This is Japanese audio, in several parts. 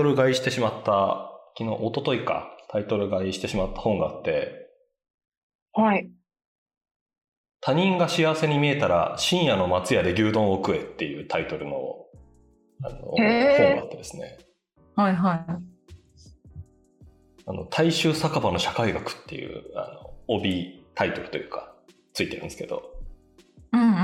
ル買いしてしまった、昨日、一昨日か、タイトル買いしてしまった本があって、 はい。 他人が幸せに見えたら深夜の松屋で牛丼を食えっていうタイトルの、 へ本があっえ。 てですね、 はいはい。 大衆酒場の社会学っていう、帯タイトルというか、ついてるんですけど、 うんうんうん。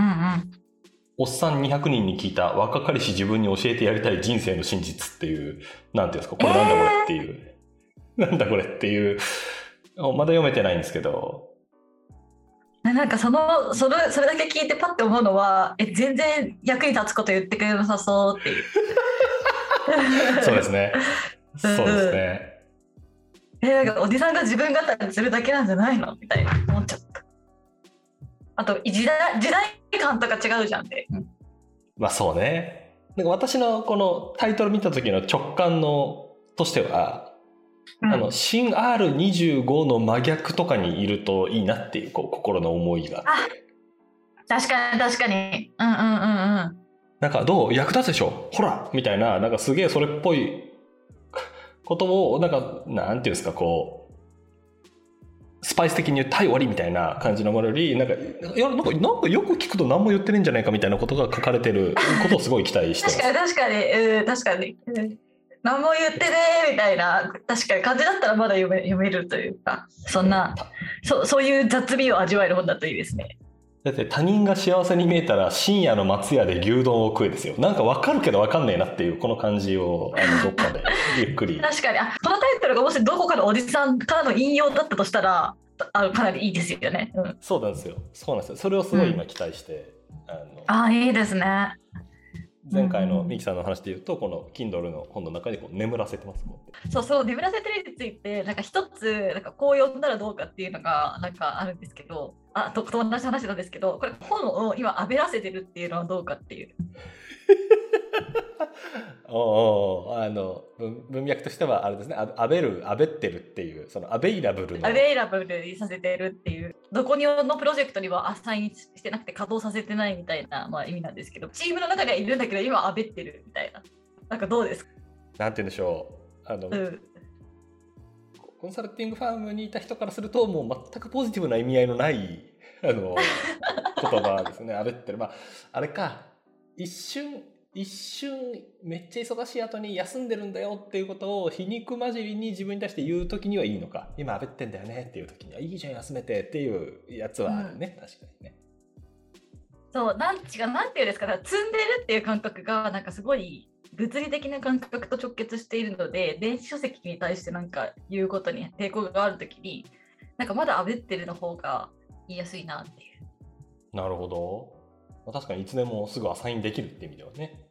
おっさん200人に聞いた若かりし自分に教えてやりたい人生の真実っていう、なんていうんですか、これなんだこれっていう、なんだこれっていう、まだ読めてないんですけど、 なんかそれだけ聞いてパッて思うのは、全然役に立つこと言ってくれなさそうっていう。 そうですね。 うそうですん。 ね。 なんかおじさんが自分語りするだけなんじゃないのみたいな思っちゃった。あと時代感とか違うじゃんって。 まあそうね。なんか私のこのタイトル見た時の直感のとしては、 うん。 新 R25 の真逆とかにいるといいなっていう、こう心の思いがあっあ、 て。 確かに確かに。うんうんうんうん。 なんかどう役立つでしょほらみたいな、なんかすげえそれっぽいことを、なんか、なんていうんですか、こう、スパイス的に言う対終わりみたいな感じのものより、なんか、いや、なんかよく聞くと何も言ってねえんじゃないかみたいなことが書かれてることをすごい期待して確かにます。 確かに、確かに。何も言ってねみたいな、確かに感じだったらまだ読めるというか、そんな、そういう雑味を味わえる本だといいですね。 だって他人が幸せに見えたら深夜の松屋で牛丼を食えですよ。なんかわかるけどわかんねえなっていうこの感じをどっかでゆっくり。 確かに、このタイトルがもしどこかのおじさんからの引用だったとしたら、かなりいいですよね。うん。 そうなんですよ。そうなんですよ。それをすうん。 ごい今期待して、 いいですね。うんう前回のミキん。 さんの話で言うとこの Kindle の本の中にこう眠らせてます。 そう、眠らせてるについて、なんか一つ、なんかこう読んだらどうかっていうのが、なんかあるんですけど、友達の話なんですけど、これ本を今、あべらせてるっていうのはどうかっていう。 文脈としてはあれですね。アベってるっていう、そのアベイラブルの。 アベイラブルにさせてるっていう、どこのプロジェクトにはアサインしてなくて稼働させてないみたいな、まあ、意味なんですけど、チームの中ではいるんだけど、今、あべってるみたいな。なんかどうですか？ なんて言うんでしょう。 うん。 コンサルティングファームにいた人からするともう全くポジティブな意味合いのない言葉ですね。あれってまああれか、一瞬めっちゃ忙しい後に休んでるんだよっていうことを皮肉交じりに自分に対して言う時にはいいのか、今あべってんだよねっていう時にはいいじゃん休めてっていうやつはあるね、確かにね。 そう、なんていうんですか、積んでるっていう感覚が、なんかすごい物理的な感覚と直結しているので、電子書籍に対してなんか言うことに抵抗があるときに、なんかまだあべってるの方が言いやすいなっていう。 なるほど。まあ確かにいつでもすぐアサインできるって意味ではね。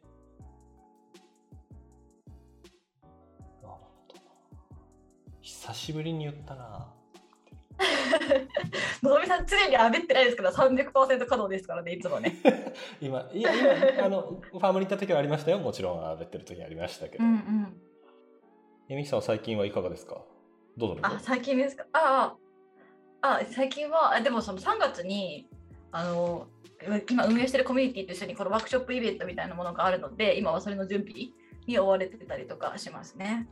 なるほど。久しぶりに言ったな。 のぞみさん、常にあべってないですから、300% 稼働ですからね、いつもね。 今ファームに行った時はありましたよ。もちろんあべってる時ありましたけど。 うんうん。 ミキさんは最近はいかがですか？どうぞ。 最近ですか？最近は、でもその3月に、あの、今運営してるコミュニティと一緒にこのワークショップイベントみたいなものがあるので、今はそれの準備に追われてたりとかしますね。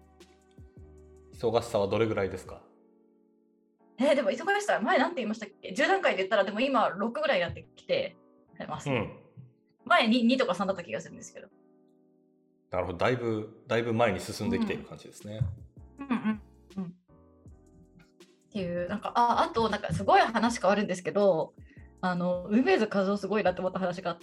忙しさはどれぐらいですか？ でも忙しさ、前なんて言いましたっけ？ 10 段階で言ったら、でも今6ぐらいになってきてますね。 うん。 前に2とか3だった気がするんですけど。 なるほど。だいぶ前に進んできている感じですね。 うんうんうん。っていう、なんか、あと、なんかすごい話変わるんですけど、梅津和夫すごいなって思った話があって、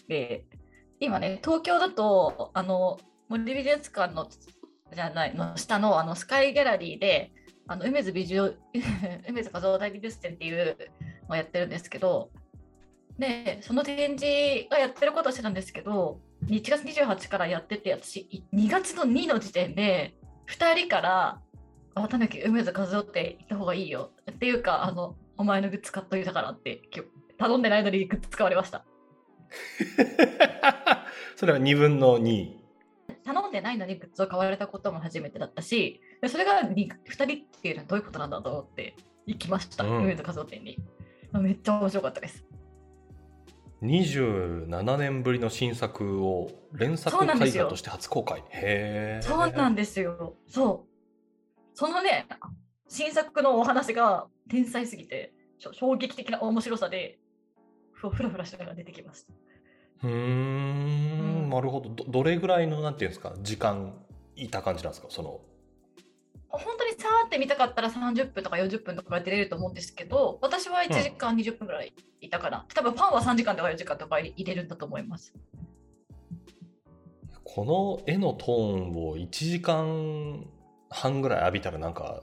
今ね、東京だと、森美術館の、じゃないの下の、スカイギャラリーで、梅津梅津和夫大美術展っていうのをやってるんですけど、で、その展示がやってることはしてたんですけど、1月28からやってて、私、2月の2の時点で、2人から、たぬき梅津和夫って言った方がいいよっていうか、お前のグッズ買っといたからって今日頼んでないのにグッズ使われました。 それは2分の2。 頼んでないのにグッズを買われたことも初めてだったし、それが2人っていうのはどういうことなんだと思って行きました、梅津和夫店に。めっちゃ面白かったです。 27年ぶりの新作を連作絵画として初公開。へー。 そうなんですよ。そう。そのね、新作のお話が天才すぎて、衝撃的な面白さで、ふらふらしながら出てきました。 なるほど。どれぐらいの、なんていうんですか、時間いた感じなんですか、その。 本当にさーって見たかったら30分とか40分とか出れると思うんですけど、私は1時間20分ぐらいいたかな。多分ファンは3時間とか4時間とか入れるんだと思います。 この絵のトーンを1時間半ぐらい浴びたらなんか、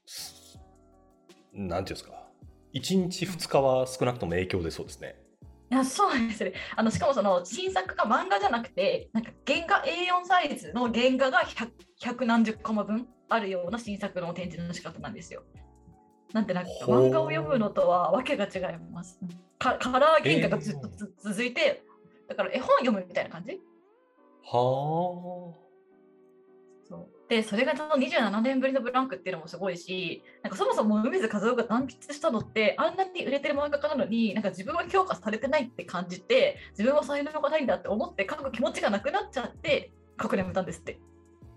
なんていうんですか、1日2日は少なくとも影響出そうですね。 いや、そうなんですね。しかもその新作が漫画じゃなくて、なんか原画 A4 サイズの原画が100何十コマ分あるような新作の展示の仕方なんですよ。なんか漫画を読むのとはわけが違います。カラー原画がずっと続いて、だから絵本読むみたいな感じ。 はあ。 そうで、それが27年ぶりのブランクっていうのもすごいし、なんかそもそも梅津和夫が断筆したのって、あんなに売れてる漫画家なのに、なんか自分は評価されてないって感じて、自分は才能がないんだって思って書く気持ちがなくなっちゃって書くのやめたんですって。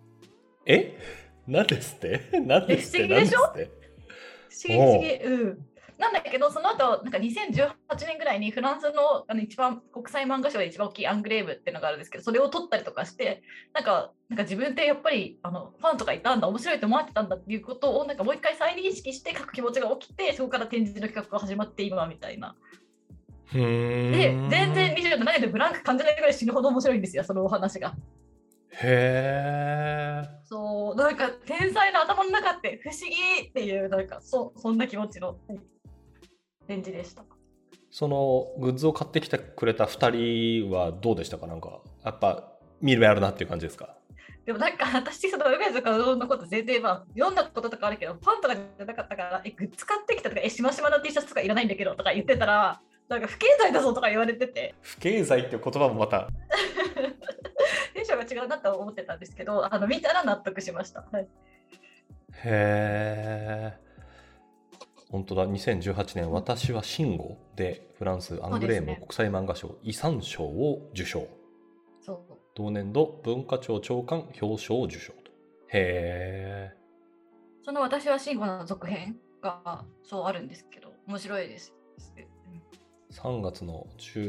なんですってなんですって不思議でしょ？不思議不思議。なんだけど、その後なんか2018年ぐらいにフランスの一番国際漫画賞で一番大きいアングレーブっていうのがあるんですけど、それを取ったりとかして、なんか自分ってやっぱりファンとかいたんだ、面白いと思ってたんだっていうことをなんかもう一回再認識して書く気持ちが起きて、そこから展示の企画が始まって今みたいな。で、全然27年でブランク感じないぐらい死ぬほど面白いんですよ、そのお話が。 へー。 そう、なんか天才の頭の中って不思議っていう、なんかそんな気持ちの展示でした。 そのグッズを買ってきてくれた2人はどうでしたか？なんかやっぱ見る目あるなっていう感じですか？ でもなんか私その梅津和夫のこと全然読んだこととかあるけどファンとかじゃなかったからグッズ買ってきたとかしましまの T シャツとかいらないんだけどとか言ってたらなんか不経済だぞとか言われてて不経済っていう言葉もまたテンションが違うなと思ってたんですけど見たら納得しました。はい、 へー。本当だ。2018年、私はシンゴでフランスアングレーム国際漫画賞遺産賞を受賞。 そう。 同年度文化庁長官表彰を受賞と。へー。 その私はシンゴの続編がそうあるんですけど面白いです。 3月の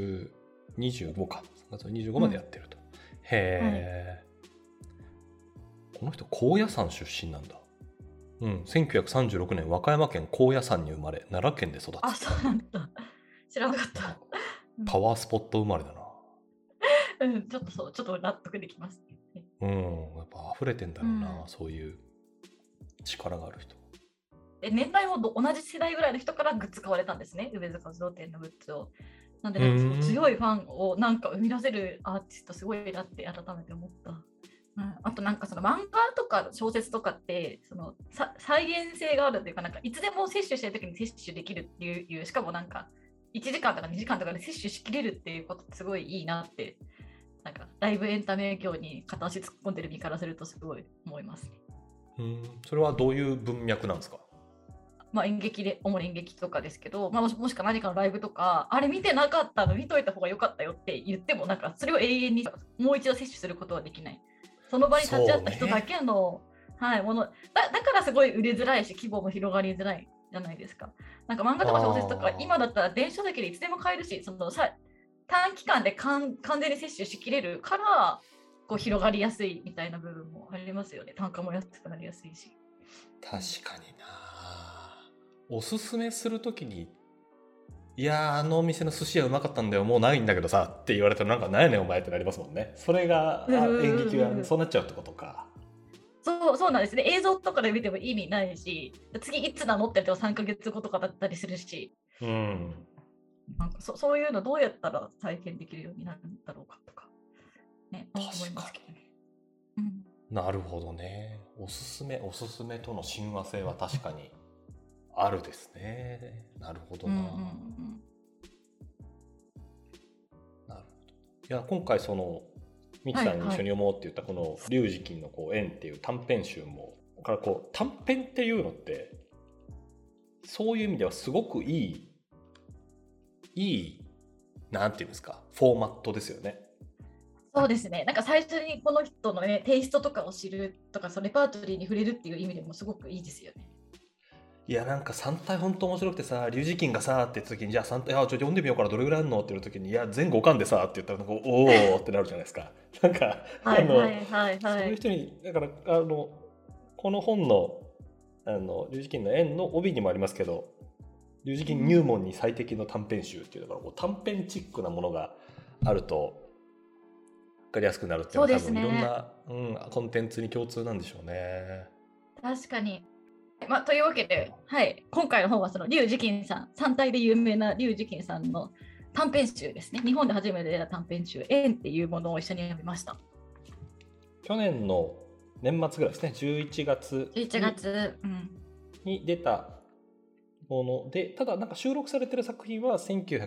25か。3月の25までやってると。へー。この人高野山出身なんだ。1936年和歌山県高野山に生まれ奈良県で育つ。 あ、そうなんだ。知らなかった。 パワースポット生まれだな。 ちょっと納得できます。 やっぱ溢れてんだろうな、そういう力がある人。 年代も同じ世代ぐらいの人からグッズ買われたんですね、梅津和夫店のグッズを。なんでなんか強いファンをなんか生み出せるアーティストすごいなって改めて思った。あとなんかその漫画とか小説とかってその再現性があるというか、なんかいつでも摂取してる時に摂取できるっていう、しかもなんか1時間とか2時間とかで摂取しきれるっていうことってすごいいいなって、なんかライブエンタメ業に片足突っ込んでる身からするとすごい思いますね。 それはどういう文脈なんですか？ 演劇で主に演劇とかですけど、もしくは何かのライブとかあれ見てなかったの見といた方が良かったよって言ってもなんかそれを永遠にもう一度摂取することはできない。その場に立ち会った人だけの、もの だからすごい売れづらいし規模も広がりづらいじゃないですか。なんか漫画とか小説とか今だったら電子書籍でいつでも買えるし、その短期間で完全に摂取しきれるからこう広がりやすいみたいな部分もありますよね。単価も安くなりやすいし。 確かにな。おすすめするときに、いやあのお店の寿司屋うまかったんだよ、もうないんだけどさって言われたらなんかなんやねんお前ってなりますもんね。それが演劇はそうなっちゃうってことか。 そうなんですね。映像とかで見ても意味ないし、次いつなのって言っても3ヶ月後とかだったりするし、なんかそういうのどうやったら再現できるようになるんだろうかとか、ね、思いますけどね。 なるほどね。おすすめとの親和性は確かにあるですね。なるほどな。なるほど。いや今回そのミキさんに一緒に読もうって言ったこの龍磁金の縁っていう短編集もから短編っていうのってそういう意味ではすごくいいなんていうんですか、フォーマットですよね。 そうですね。なんか最初にこの人のね、テイストとかを知るとか、そのレパートリーに触れるっていう意味でもすごくいいですよね。 いやなんか3体本当面白くてさ、龍磁金がさって言った時に、じゃあ3体読んでみようからどれぐらいあるのって言う時に、いや全5巻でさって言ったらなんかおおってなるじゃないですか。なんかはいはいはいそうはい。 いう人にだからこの本の龍磁金の円の帯にもありますけど、龍磁金入門に最適の短編集っていうのが短編チックなものがあると分かりやすくなるっていうのは多そうです分いろんね。 な、コンテンツに共通なんでしょうね。 確かに。というわけで、はい、今回の本はその劉慈欣さん、三体で有名な劉慈欣さんの短編集ですね。日本で初めて出た短編集、縁っていうものを一緒に読みました。 去年の年末ぐらいですね、11月 11月、 に出たもので、ただなんか収録されてる作品は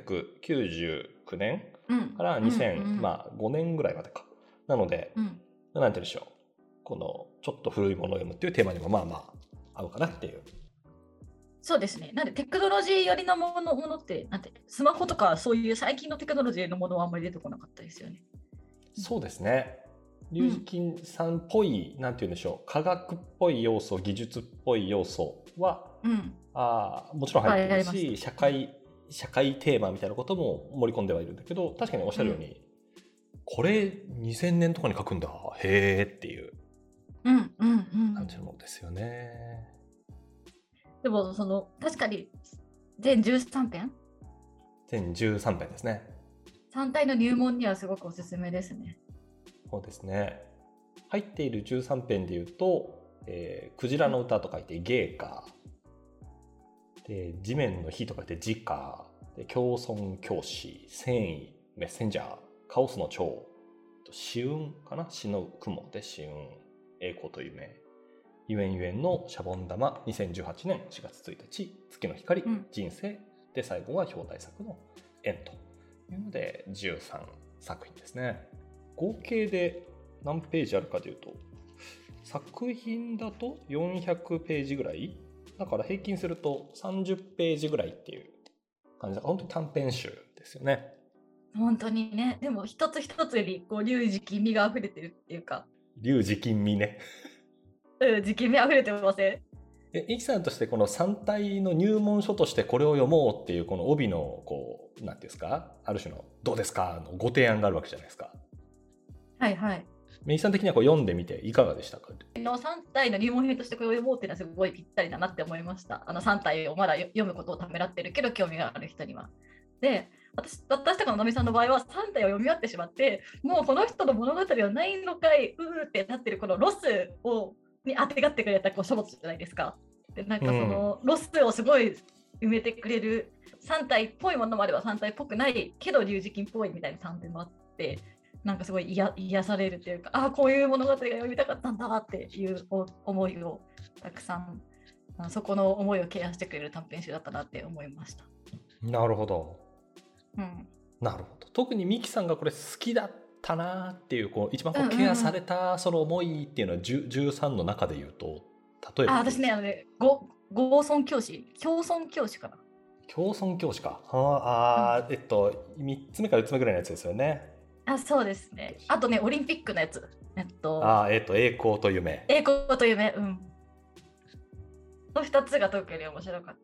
1999年から2005年ぐらいまでか。なので、なんて言うんでしょう、このちょっと古いものを読むっていうテーマにもまあまあ合うかなっていう。 そうですね。なんでテクノロジー寄りのものってなんて、スマホとかそういう最近のテクノロジーのものはあんまり出てこなかったですよね。 そうですね。龍磁金さんっぽい、なんて言うんでしょう、科学っぽい要素、技術っぽい要素は、もちろん入ってるし、社会テーマみたいなことも盛り込んではいるんだけど、確かにおっしゃるように、これ2000年とかに書くんだ、へーっていう感じのものですよね。 でも確かに全13編全13編ですね。 3体の入門にはすごくおすすめですね。 そうですね。入っている13編でいうと、クジラの歌と書いてゲーカーで、地面の火と書いてジカーで、共存教師、繊維、メッセンジャー、カオスの蝶、紫雲かな、死の雲で紫雲、栄光と夢、ゆえんゆえんのシャボン玉、2018年4月1日、月の光、人生で、最後は表題作の縁というので13作品ですね。合計で何ページあるかというと、作品だと400ページぐらいだから、平均すると30ページぐらいっていう感じだから、本当に短編集ですよね。 本当にね。でも一つ一つに龍磁金味が溢れてるっていうか、 龍磁金味ね。 磁金味溢れてません？ イキさんとしてこの3体の入門書としてこれを読もうっていうこの帯のなんていうんですか、ある種のどうですかのご提案があるわけじゃないですか。 はいはい。 イキさん的には読んでみていかがでしたか ？3体の入門編としてこれを読もうっていうのはすごいぴったりだなって思いました。3体をまだ読むことをためらってるけど興味がある人には。で、私とかののみさんの場合は3体を読み終わってしまって、もうこの人の物語はないのかい、ってなってるこのロスにあてがってくれた書物じゃないですか。で、なんかそのロスをすごい埋めてくれる3体っぽいものもあれば3体っぽくないけど龍磁金っぽいみたいな3点もあって、なんかすごい癒されるというか、こういう物語が読みたかったんだっていう思いをたくさん、そこの思いをケアしてくれる短編集だったなって思いました。 なるほど。なるほど。特にミキさんがこれ好きだったなっていう、一番ケアされたその思いっていうのは13の中で言うと、例えば私ね、共存教師かな。 共存教師か。3つ目か4つ目ぐらいのやつですよね。 そうですね。あとね、オリンピックのやつ。 栄光と夢。 栄光と夢。の2つが特に面白かった。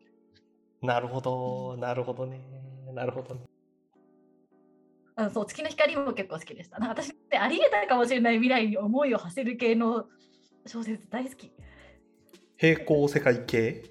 なるほど、なるほどね。なるほどね。 そう、月の光も結構好きでした。なんか私ってありえないかもしれない未来に思いを馳せる系の小説大好き。 平行世界系？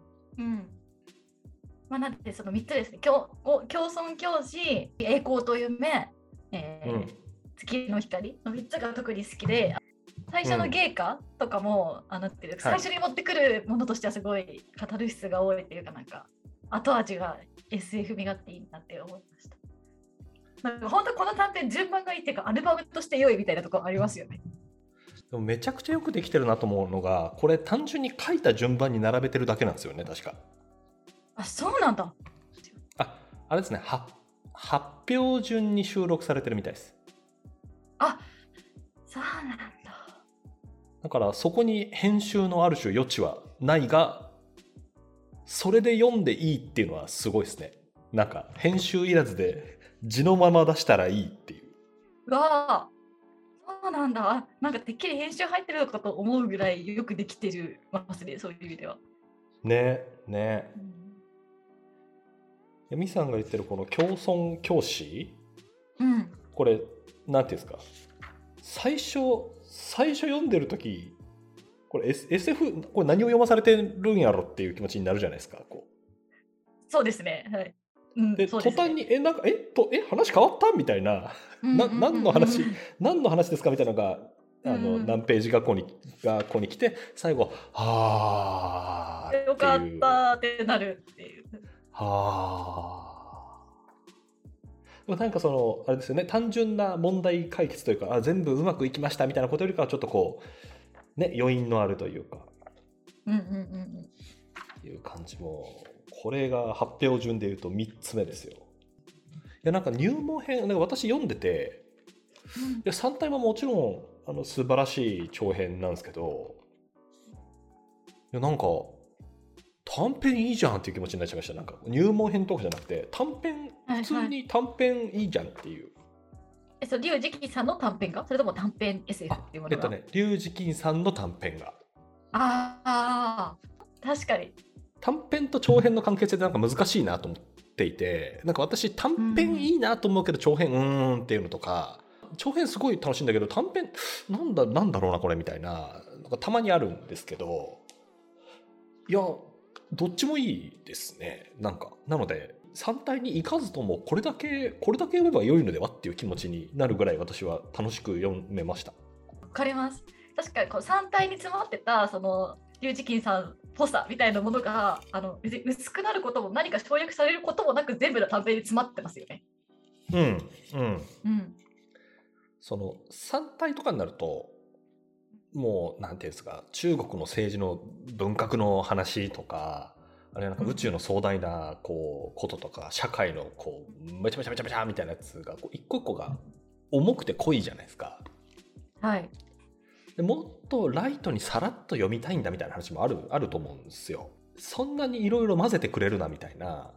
なんでその3つですね。共存教師、栄光と夢、月の光の3つが特に好きで、最初の芸歌とかも、最初に持ってくるものとしてはすごいカタルシスが多いっていうか、なんか後味が SF 味があっていいなって思いました。なんか本当この短編順番がいいっていうか、アルバムとして良いみたいなところありますよね。 でもめちゃくちゃよくできてるなと思うのが、これ単純に書いた順番に並べてるだけなんですよね、確か。 そうなんだ。 あれですね、発表順に収録されてるみたいです。 そうなんだ。 だからそこに編集のある種余地はないが、それで読んでいいっていうのはすごいですね。なんか編集いらずで字のまま出したらいいっていう。 うわー、そうなんだ。なんかてっきり編集入ってるのかと思うぐらいよくできてるますね、そういう意味では。 ねね。 うんミさんが言ってるこの共存教師、 うん、 これなんていうんですか、最初読んでる時これ、SF これ何を読まされてるんやろっていう気持ちになるじゃないですか。こそうですね。はい。うん、 で途そうですね。 端になんか話変わったみたいな何の話ですかみたいなのが何ページかここに来て最後はーよかっっていうたってなるっていう。 はーなんかそのあれですよね、単純な問題解決というか全部うまくいきましたみたいなことよりかはちょっとこうね余韻のあるというかいう感じも、これが発表順でいうと3つ目ですよ。いやなんか入門編なんか私読んでて、いや3体ももちろん素晴らしい長編なんですけど、いやなんか短編いいじゃんっていう気持ちになっちゃいました。なんか入門編とかじゃなくて短編、普通に短編いいじゃんっていう。 そう、リュウジキさんの短編か、それとも短編 SF っていうものが。 リュウジキンさんの短編が。 確かに。 短編と長編の関係性ってなんか難しいなと思っていて、なんか私短編いいなと思うけど長編っていうのとか、長編すごい楽しいんだけど短編なんだろうなこれみたいな、なんかたまにあるんですけど、いやどっちもいいですね。なんかなので3体に行かずともこれだけ読めば良いのではっていう気持ちになるぐらい私は楽しく読めました。 わかります。確かにこう3体に詰まってたそのリュウジキンさんっぽさみたいなものが別に薄くなることも何か省略されることもなく全部の短編に詰まってますよね。 その3体とかになるともうなんていうんですか、中国の政治の文革の話とか、あれなんか宇宙の壮大なこととか社会のめちゃめちゃみたいなやつが一個一個が重くて濃いじゃないですか。 はい。 でもっとライトにさらっと読みたいんだみたいな話もあると思うんですよ。そんなにいろいろ混ぜてくれるなみたいな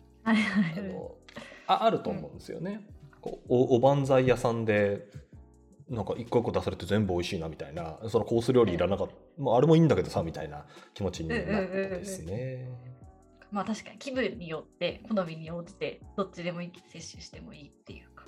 あると思うんですよね。おばんざい屋さんでなんか一個一個出されて全部美味しいなみたいな、そのコース料理いらなかった、あれもいいんだけどさみたいな気持ちになったですね。 まあ確かに気分によって好みに応じてどっちでもいい、摂取してもいいっていうか。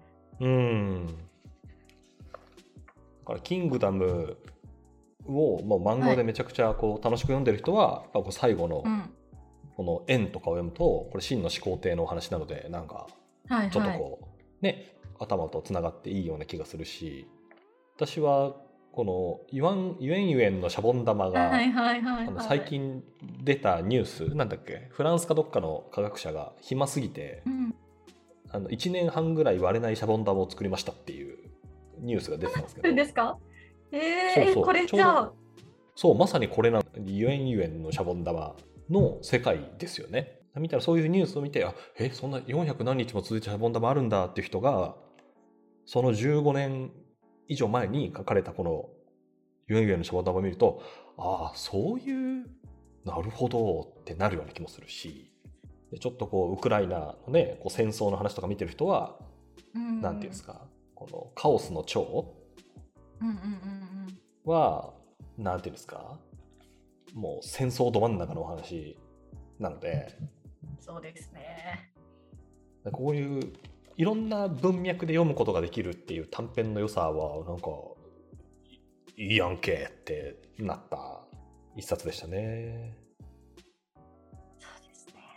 だからキングダムをもう漫画でめちゃくちゃ楽しく読んでる人は、やっぱ最後のこの円とかを読むとこれ真の始皇帝のお話なので、なんかちょっとね頭とつながっていいような気がするし、私はこのユエンユエンのシャボン玉が最近出たニュースなんだっけ、フランスかどっかの科学者が暇すぎて、1年半ぐらい割れないシャボン玉を作りましたっていうニュースが出てたんですけど。 ですか？ そうこれじゃあそうまさにこれなユエンユエンのシャボン玉の世界ですよね。見たらそういうニュースを見て、そんな400何日も続いてシャボン玉あるんだっていう人が、その15年以上前に書かれたこのユエンユエンのシャボン玉を見ると、そういうなるほどってなるような気もするし、ちょっとウクライナのね戦争の話とか見てる人は、なんていうんですか、このカオスの蝶はなんていうんですか、もう戦争ど真ん中のお話なので。 そうですね。 こういういろんな文脈で読むことができるっていう短編の良さはなんかいいやんけってなった一冊でしたね。 そうですね。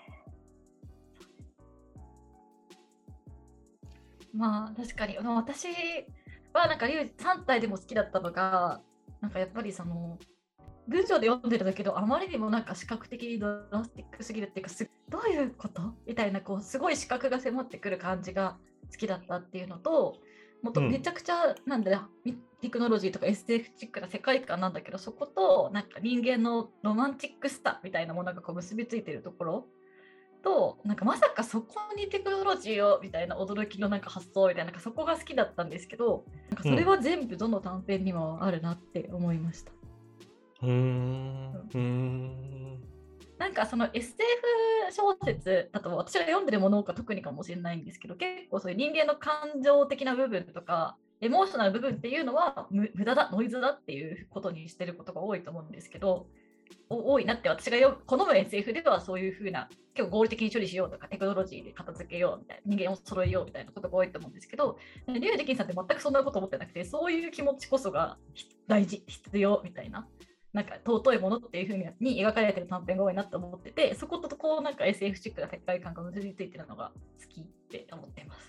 まあ確かに私はなんか3体でも好きだったのが、なんかやっぱりその文章で読んでるだけどあまりにもなんか視覚的にドラスティックすぎるっていうか、どういうことみたいなすごい視覚が迫ってくる感じが好きだったっていうのと、もっとめちゃくちゃなんだテクノロジーとか SF チックな世界観なんだけど、そことなんか人間のロマンチックさみたいなものが結びついてるところと、なんかまさかそこにテクノロジーをみたいな驚きのなんか発想みたいな、そこが好きだったんですけど、なんかそれは全部どの短編にもあるなって思いました。 なんかその SF 小説だと私が読んでるものが特にかもしれないんですけど、結構そういう人間の感情的な部分とかエモーショナル部分っていうのは無駄だ、ノイズだっていうことにしてることが多いと思うんですけど、多いなって私が好む SF ではそういうふうな結構合理的に処理しようとかテクノロジーで片付けようみたいな人間を揃えようみたいなことが多いと思うんですけど、リュウジキンさんって全くそんなこと思ってなくて、そういう気持ちこそが大事、必要みたいな、なんか尊いものっていうふうに描かれてる短編が多いなと思ってて、そことこうなんか SF チックな世界観が結びついてるのが好きって思ってます。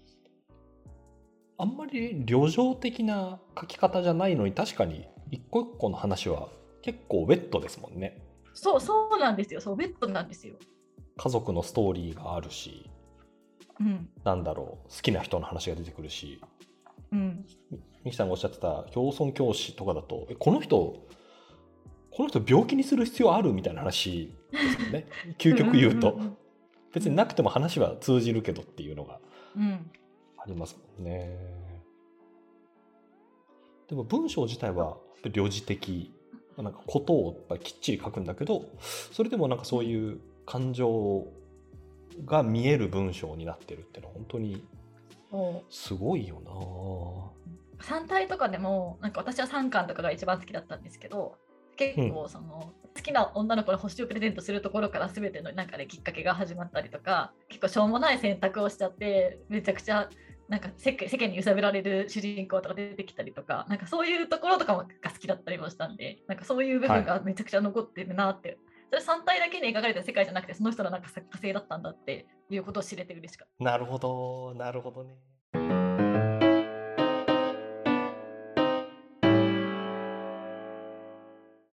あんまり旅情的な書き方じゃないのに、確かに一個一個の話は結構ウェットですもんね。 そうなんですよ。そう、ベッドなんですよ。 家族のストーリーがあるし、 うん。 なんだろう、好きな人の話が出てくるし、 うん。 ミキさんがおっしゃってた共存教師とかだと、この人病気にする必要あるみたいな話ですよね。究極言うと別になくても話は通じるけどっていうのがありますもんね。でも文章自体は旅事的、なんかことをやっぱきっちり書くんだけど、それでもなんかそういう感情が見える文章になってるっていうのは本当にすごいよな。 3体とかでもなんか私は3巻とかが一番好きだったんですけど、結構その、好きな女の子に星をプレゼントするところから全てのなんか、ね、きっかけが始まったりとか、結構しょうもない選択をしちゃってめちゃくちゃなんか世間に揺さぶられる主人公とか出てきたりとか、なんかそういうところとかもが好きだったりもしたんで、なんかそういう部分がめちゃくちゃ残ってるなって、それ3体だけに描かれた世界じゃなくてその人のなんか作家性だったんだっていうことを知れて嬉しかった。 なるほどね。